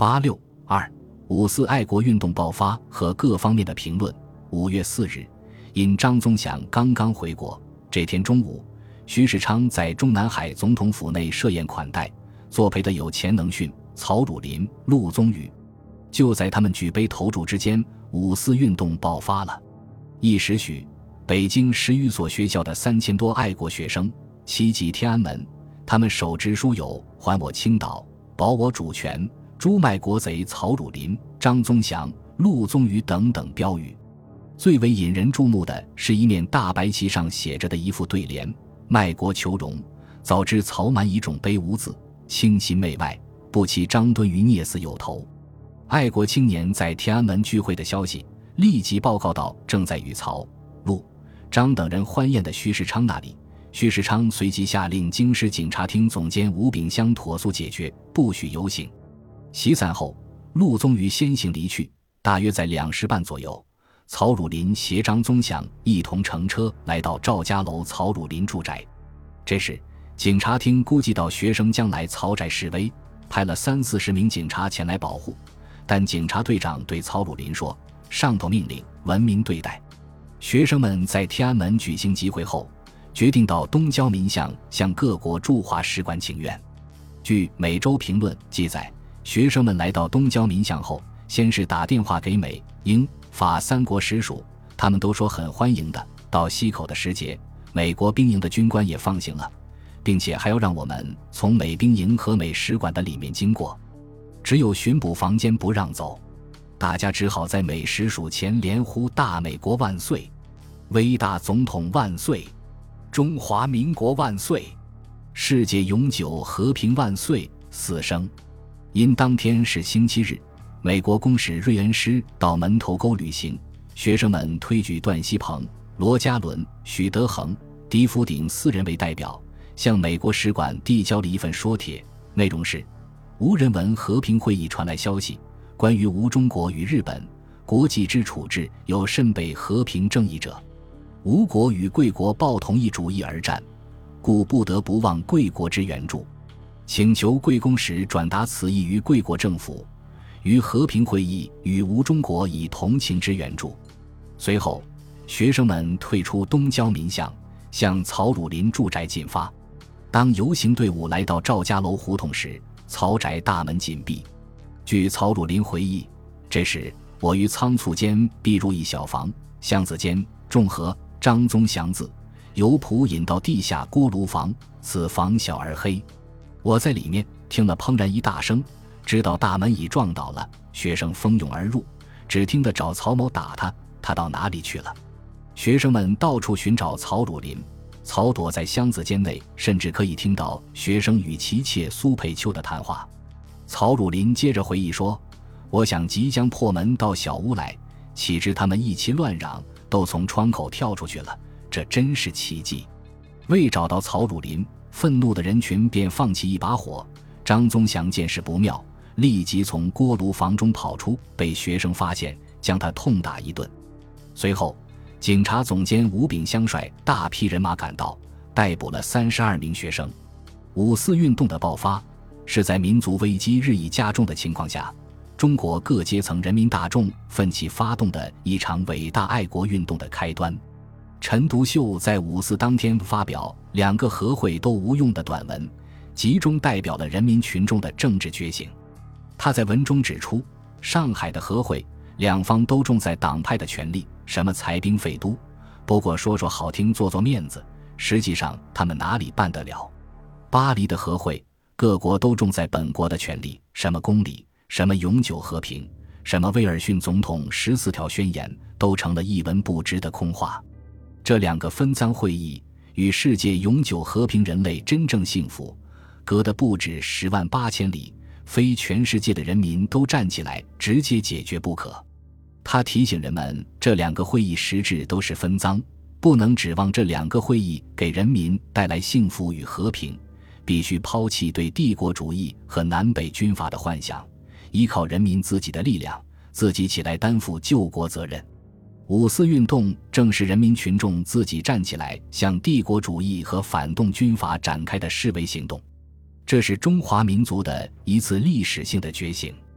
86.2五四爱国运动爆发和各方面的评论。5月4日，因张宗祥刚刚回国，这天中午，徐世昌在中南海总统府内设宴款待，作陪的有钱能训、曹汝霖、陆宗舆。就在他们举杯投箸之间，五四运动爆发了。一时许，北京10余所学校的3000多爱国学生齐集天安门，他们手执书有“还我青岛，保我主权，诛卖国贼曹汝霖、张宗祥、陆宗舆”等等标语。最为引人注目的是一面大白旗上写着的一副对联：卖国求荣，早知曹瞒以种卑无子，轻信媚外，不期张敦舆孽死有头。爱国青年在天安门聚会的消息立即报告到正在与曹、陆、张等人欢宴的徐世昌那里。徐世昌随即下令京师警察厅总监吴炳湘妥速解决，不许游行。席散后，陆宗舆先行离去，大约在2时半左右，曹汝霖携张宗祥一同乘车来到赵家楼曹汝霖住宅。这时，警察厅估计到学生将来曹宅示威，派了30-40名警察前来保护，但警察队长对曹汝霖说：“上头命令，文明对待。”学生们在天安门举行集会后，决定到东交民巷向各国驻华使馆请愿。据《每周评论》记载，学生们来到东交民巷后，先是打电话给美、英、法3国使署，他们都说很欢迎的。到西口的时节，美国兵营的军官也放行了，并且还要让我们从美兵营和美使馆的里面经过，只有巡捕房间不让走。大家只好在美使署前连呼“大美国万岁”、“伟大总统万岁”、“中华民国万岁”、“世界永久和平万岁”4声。因当天是星期日，美国公使瑞恩师到门头沟旅行，学生们推举段锡鹏、罗家伦、许德衡、狄福鼎4人为代表，向美国使馆递交了一份说帖，内容是：无人闻和平会议传来消息，关于吴中国与日本国际之处置有甚备和平正义者，吴国与贵国抱同一主义而战，故不得不忘贵国之援助，请求贵公使转达此意于贵国政府，于和平会议与吴中国以同情之援助。随后，学生们退出东交民巷，向曹汝霖住宅进发。当游行队伍来到赵家楼胡同时，曹宅大门紧闭。据曹汝霖回忆，这时我于仓促间避入一小房，巷子间仲和、张宗祥字，由仆引到地下锅炉房，此房小而黑。我在里面听了砰然一大声，知道大门已撞倒了，学生蜂拥而入，只听得找曹某打他，他到哪里去了？学生们到处寻找曹汝霖，曹躲在箱子间内，甚至可以听到学生与其妾苏佩秋的谈话。曹汝霖接着回忆说：“我想即将破门到小屋来，岂知他们一齐乱嚷，都从窗口跳出去了，这真是奇迹。”未找到曹汝霖，愤怒的人群便放起一把火。张宗祥见势不妙，立即从锅炉房中跑出，被学生发现，将他痛打一顿。随后，警察总监吴炳湘率大批人马赶到，逮捕了32名学生。五四运动的爆发是在民族危机日益加重的情况下，中国各阶层人民大众奋起发动的一场伟大爱国运动的开端。陈独秀在五四当天发表2个和会都无用的短文，集中代表了人民群众的政治觉醒。他在文中指出，上海的和会两方都重在党派的权力，什么裁兵废都，不过说说好听，做做面子，实际上他们哪里办得了？巴黎的和会，各国都重在本国的权利，什么公理，什么永久和平，什么威尔逊总统14条宣言，都成了一文不值的空话。这2个分赃会议与世界永久和平、人类真正幸福隔得不止108000里，非全世界的人民都站起来直接解决不可。他提醒人们，这2个会议实质都是分赃，不能指望这2个会议给人民带来幸福与和平，必须抛弃对帝国主义和南北军阀的幻想，依靠人民自己的力量，自己起来担负救国责任。五四运动正是人民群众自己站起来向帝国主义和反动军阀展开的示威行动，这是中华民族的一次历史性的觉醒。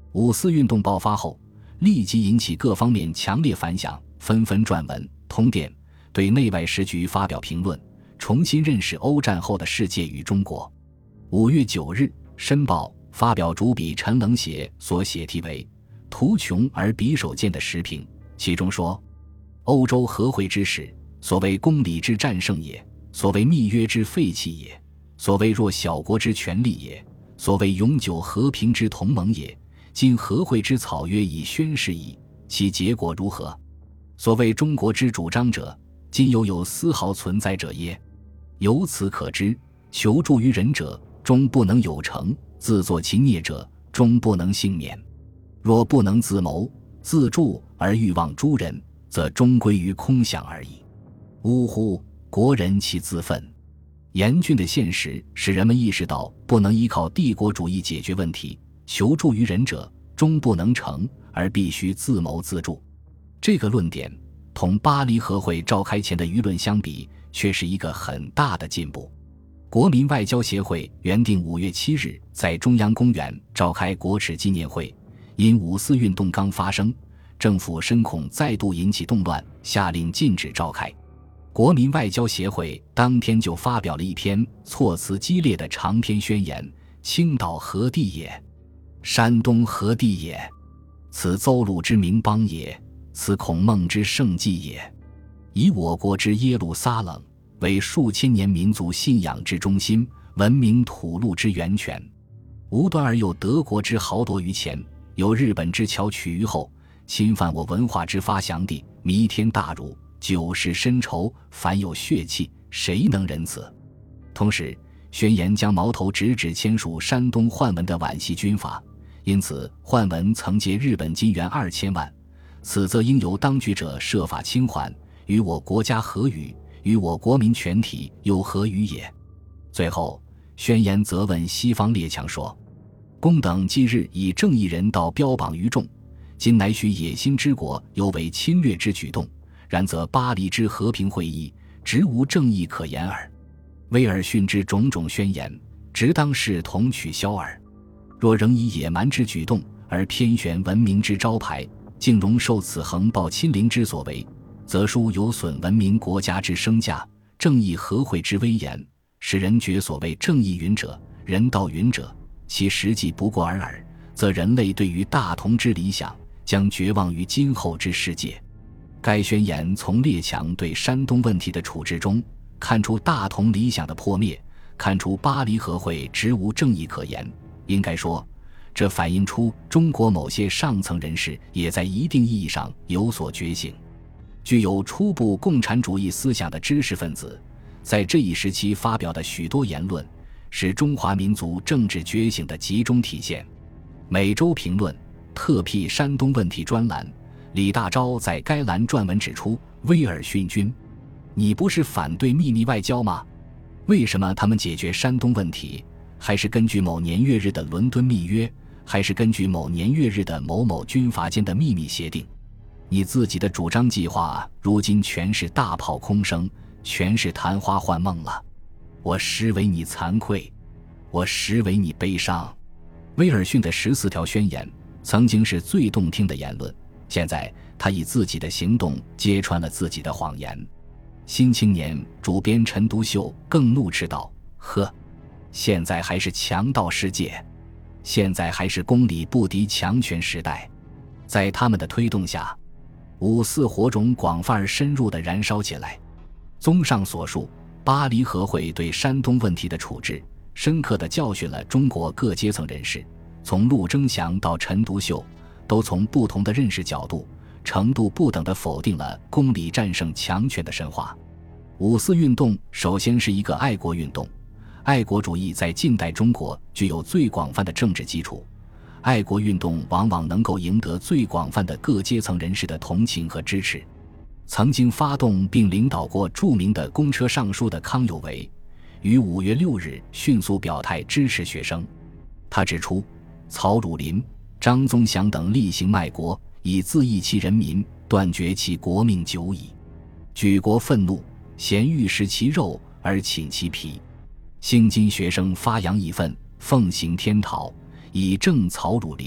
五四运动爆发后，立即引起各方面强烈反响，纷纷撰文、通电，对内外时局发表评论，重新认识欧战后的世界与中国。5月9日，《申报》发表主笔陈冷写所写题为《图穷而匕首见》的时评，其中说：欧洲和会之始，所谓公理之战胜也，所谓密约之废弃也，所谓弱小国之权利也，所谓永久和平之同盟也。今和会之草约已宣誓矣，其结果如何？所谓中国之主张者，今犹有丝毫存在者耶？由此可知，求助于人者，终不能有成；自作其孽者，终不能幸免。若不能自谋自助而欲望诸人，则终归于空想而已。呜呼！国人其自愤。严峻的现实使人们意识到，不能依靠帝国主义解决问题，求助于人者终不能成，而必须自谋自助。这个论点同巴黎和会召开前的舆论相比，却是一个很大的进步。国民外交协会原定5月7日在中央公园召开国耻纪念会，因五四运动刚发生，政府深恐再度引起动乱，下令禁止召开。国民外交协会当天就发表了一篇措辞激烈的长篇宣言：青岛何地也？山东何地也？此邹鲁之名邦也，此孔孟之圣迹也。以我国之耶路撒冷为数千年民族信仰之中心，文明吐露之源泉。无端而有德国之豪夺于前，有日本之巧取于后，侵犯我文化之发祥地，弥天大辱，久世深仇，凡有血气，谁能忍此？同时，宣言将矛头直指签署山东换文的皖系军阀，因此换文曾借日本金元2000万，此则应由当局者设法清还，与我国家何与？与我国民全体又何与也？最后，宣言责问西方列强说：公等既日以正义人道标榜于众，今乃许野心之国有为侵略之举动，然则巴黎之和平会议直无正义可言耳。威尔逊之种种宣言，直当视同取消耳。若仍以野蛮之举动而偏旋文明之招牌，竟容受此横暴亲临之所为，则殊有损文明国家之声价，正义和会之威严，使人觉所谓正义云者、人道云者，其实际不过尔尔，则人类对于大同之理想将绝望于今后之世界。该宣言从列强对山东问题的处置中，看出大同理想的破灭，看出巴黎和会直无正义可言。应该说，这反映出中国某些上层人士也在一定意义上有所觉醒。具有初步共产主义思想的知识分子，在这一时期发表的许多言论，是中华民族政治觉醒的集中体现。每周评论特辟山东问题专栏，李大钊在该栏撰文指出：威尔逊军，你不是反对秘密外交吗？为什么他们解决山东问题，还是根据某年月日的伦敦密约，还是根据某年月日的某某军阀间的秘密协定？你自己的主张计划如今全是大炮空声，全是昙花幻梦了。我实为你惭愧，我实为你悲伤。威尔逊的14条宣言曾经是最动听的言论，现在他以自己的行动揭穿了自己的谎言。新青年主编陈独秀更怒斥道：呵，现在还是强盗世界，现在还是公理不敌强权时代。在他们的推动下，五四火种广泛而深入地燃烧起来。综上所述，巴黎和会对山东问题的处置，深刻地教训了中国各阶层人士，从陆征祥到陈独秀，都从不同的认识角度、程度不等地否定了公理战胜强权的神话。五四运动首先是一个爱国运动，爱国主义在近代中国具有最广泛的政治基础，爱国运动往往能够赢得最广泛的各阶层人士的同情和支持。曾经发动并领导过著名的公车上书的康有为，于5月6日迅速表态支持学生。他指出，曹汝霖、张宗祥等厉行卖国，以自缢其人民，断绝其国命久矣。举国愤怒，咸欲食其肉而寝其皮。兴今学生发扬义愤，奉行天讨，以正曹汝霖，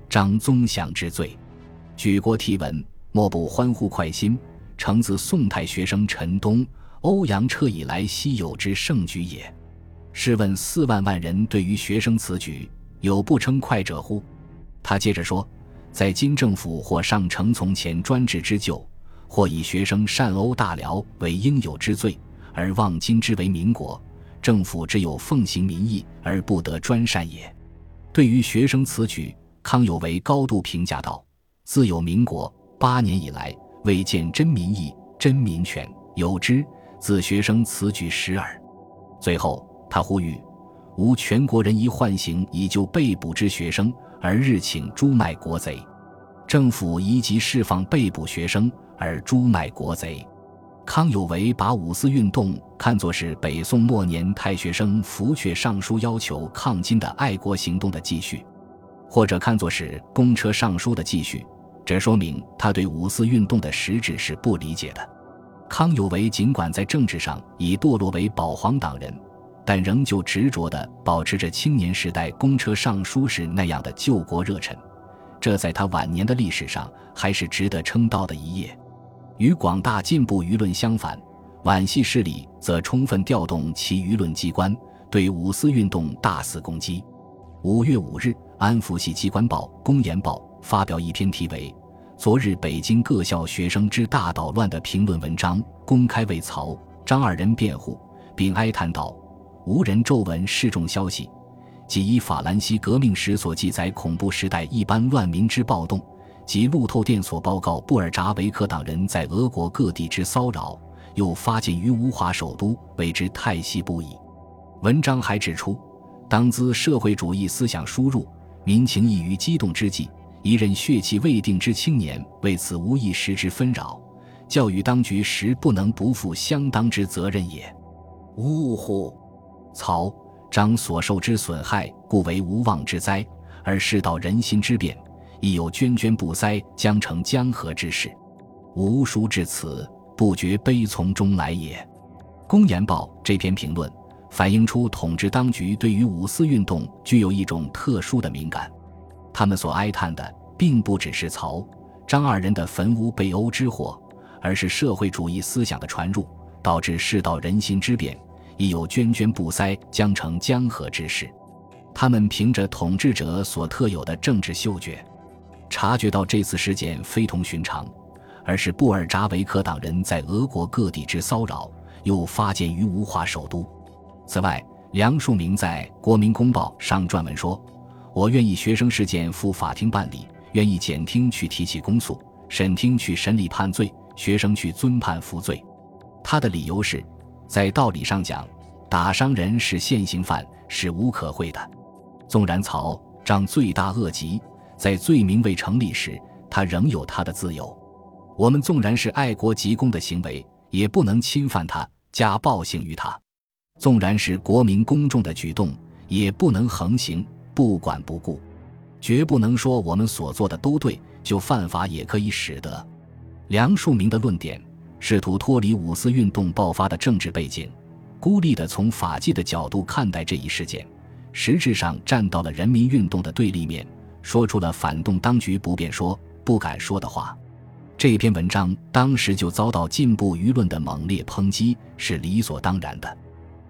张宗祥之罪。举国题文，莫不欢呼快心，诚自宋太学生陈东、欧阳彻以来稀有之盛举也。试问4万万人对于学生此举，有不称快者乎？他接着说，在今政府或尚承从前专制之旧，或以学生擅殴大辽为应有之罪，而望今之为民国，政府只有奉行民意而不得专擅也。对于学生此举，康有为高度评价道，自有民国8年以来，未见真民意真民权有之，自学生此举时耳。最后他呼吁，吾全国人宜唤醒以救被捕之学生，而日请诛卖国贼。政府宜即释放被捕学生，而诛卖国贼。康有为把五四运动看作是北宋末年太学生伏阙上书要求抗金的爱国行动的继续，或者看作是公车上书的继续，这说明他对五四运动的实质是不理解的。康有为尽管在政治上已堕落为保皇党人，但仍旧执着地保持着青年时代公车上书时那样的救国热忱，这在他晚年的历史上还是值得称道的一页。与广大进步舆论相反，皖系势力则充分调动其舆论机关，对五四运动大肆攻击。5月5日，安福系机关报《公研报》发表一篇题为《昨日北京各校学生之大捣乱》的评论文章，公开为曹、张二人辩护，并哀叹道：无人骤闻示众消息，即以法兰西革命时所记载恐怖时代一般乱民之暴动，及路透电所报告布尔扎维克党人在俄国各地之骚扰，又发现于吴华首都，为之叹息不已。文章还指出，当兹社会主义思想输入，民情溢于激动之际，一任血气未定之青年为此无一时之纷扰，教育当局实不能不负相当之责任也。呜呼！曹、张所受之损害，故为无妄之灾，而世道人心之变，亦有涓涓不塞，将成江河之势。吾书至此，不觉悲从中来也。公研报这篇评论反映出统治当局对于五四运动具有一种特殊的敏感，他们所哀叹的并不只是曹、张二人的焚屋被殴之祸，而是社会主义思想的传入，导致世道人心之变，亦有涓涓不塞，将成江河之势。他们凭着统治者所特有的政治嗅觉，察觉到这次事件非同寻常，而是布尔扎维克党人在俄国各地之骚扰，又发见于吴华首都。此外，梁漱溟在《国民公报》上撰文说，我愿意学生事件赴法庭办理，愿意检厅去提起公诉，审厅去审理判罪，学生去遵判服罪。他的理由是，在道理上讲，打伤人是现行犯，是无可讳的。纵然曹、张罪大恶极，在罪名未成立时，他仍有他的自由。我们纵然是爱国急公的行为，也不能侵犯他，加暴行于他。纵然是国民公众的举动，也不能横行，不管不顾。绝不能说我们所做的都对，就犯法也可以使得。梁漱溟的论点试图脱离五四运动爆发的政治背景，孤立地从法纪的角度看待这一事件，实质上站到了人民运动的对立面，说出了反动当局不便说、不敢说的话。这篇文章当时就遭到进步舆论的猛烈抨击，是理所当然的。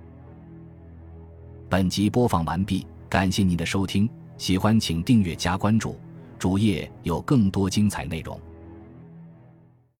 本集播放完毕，感谢您的收听，喜欢请订阅加关注，主页有更多精彩内容。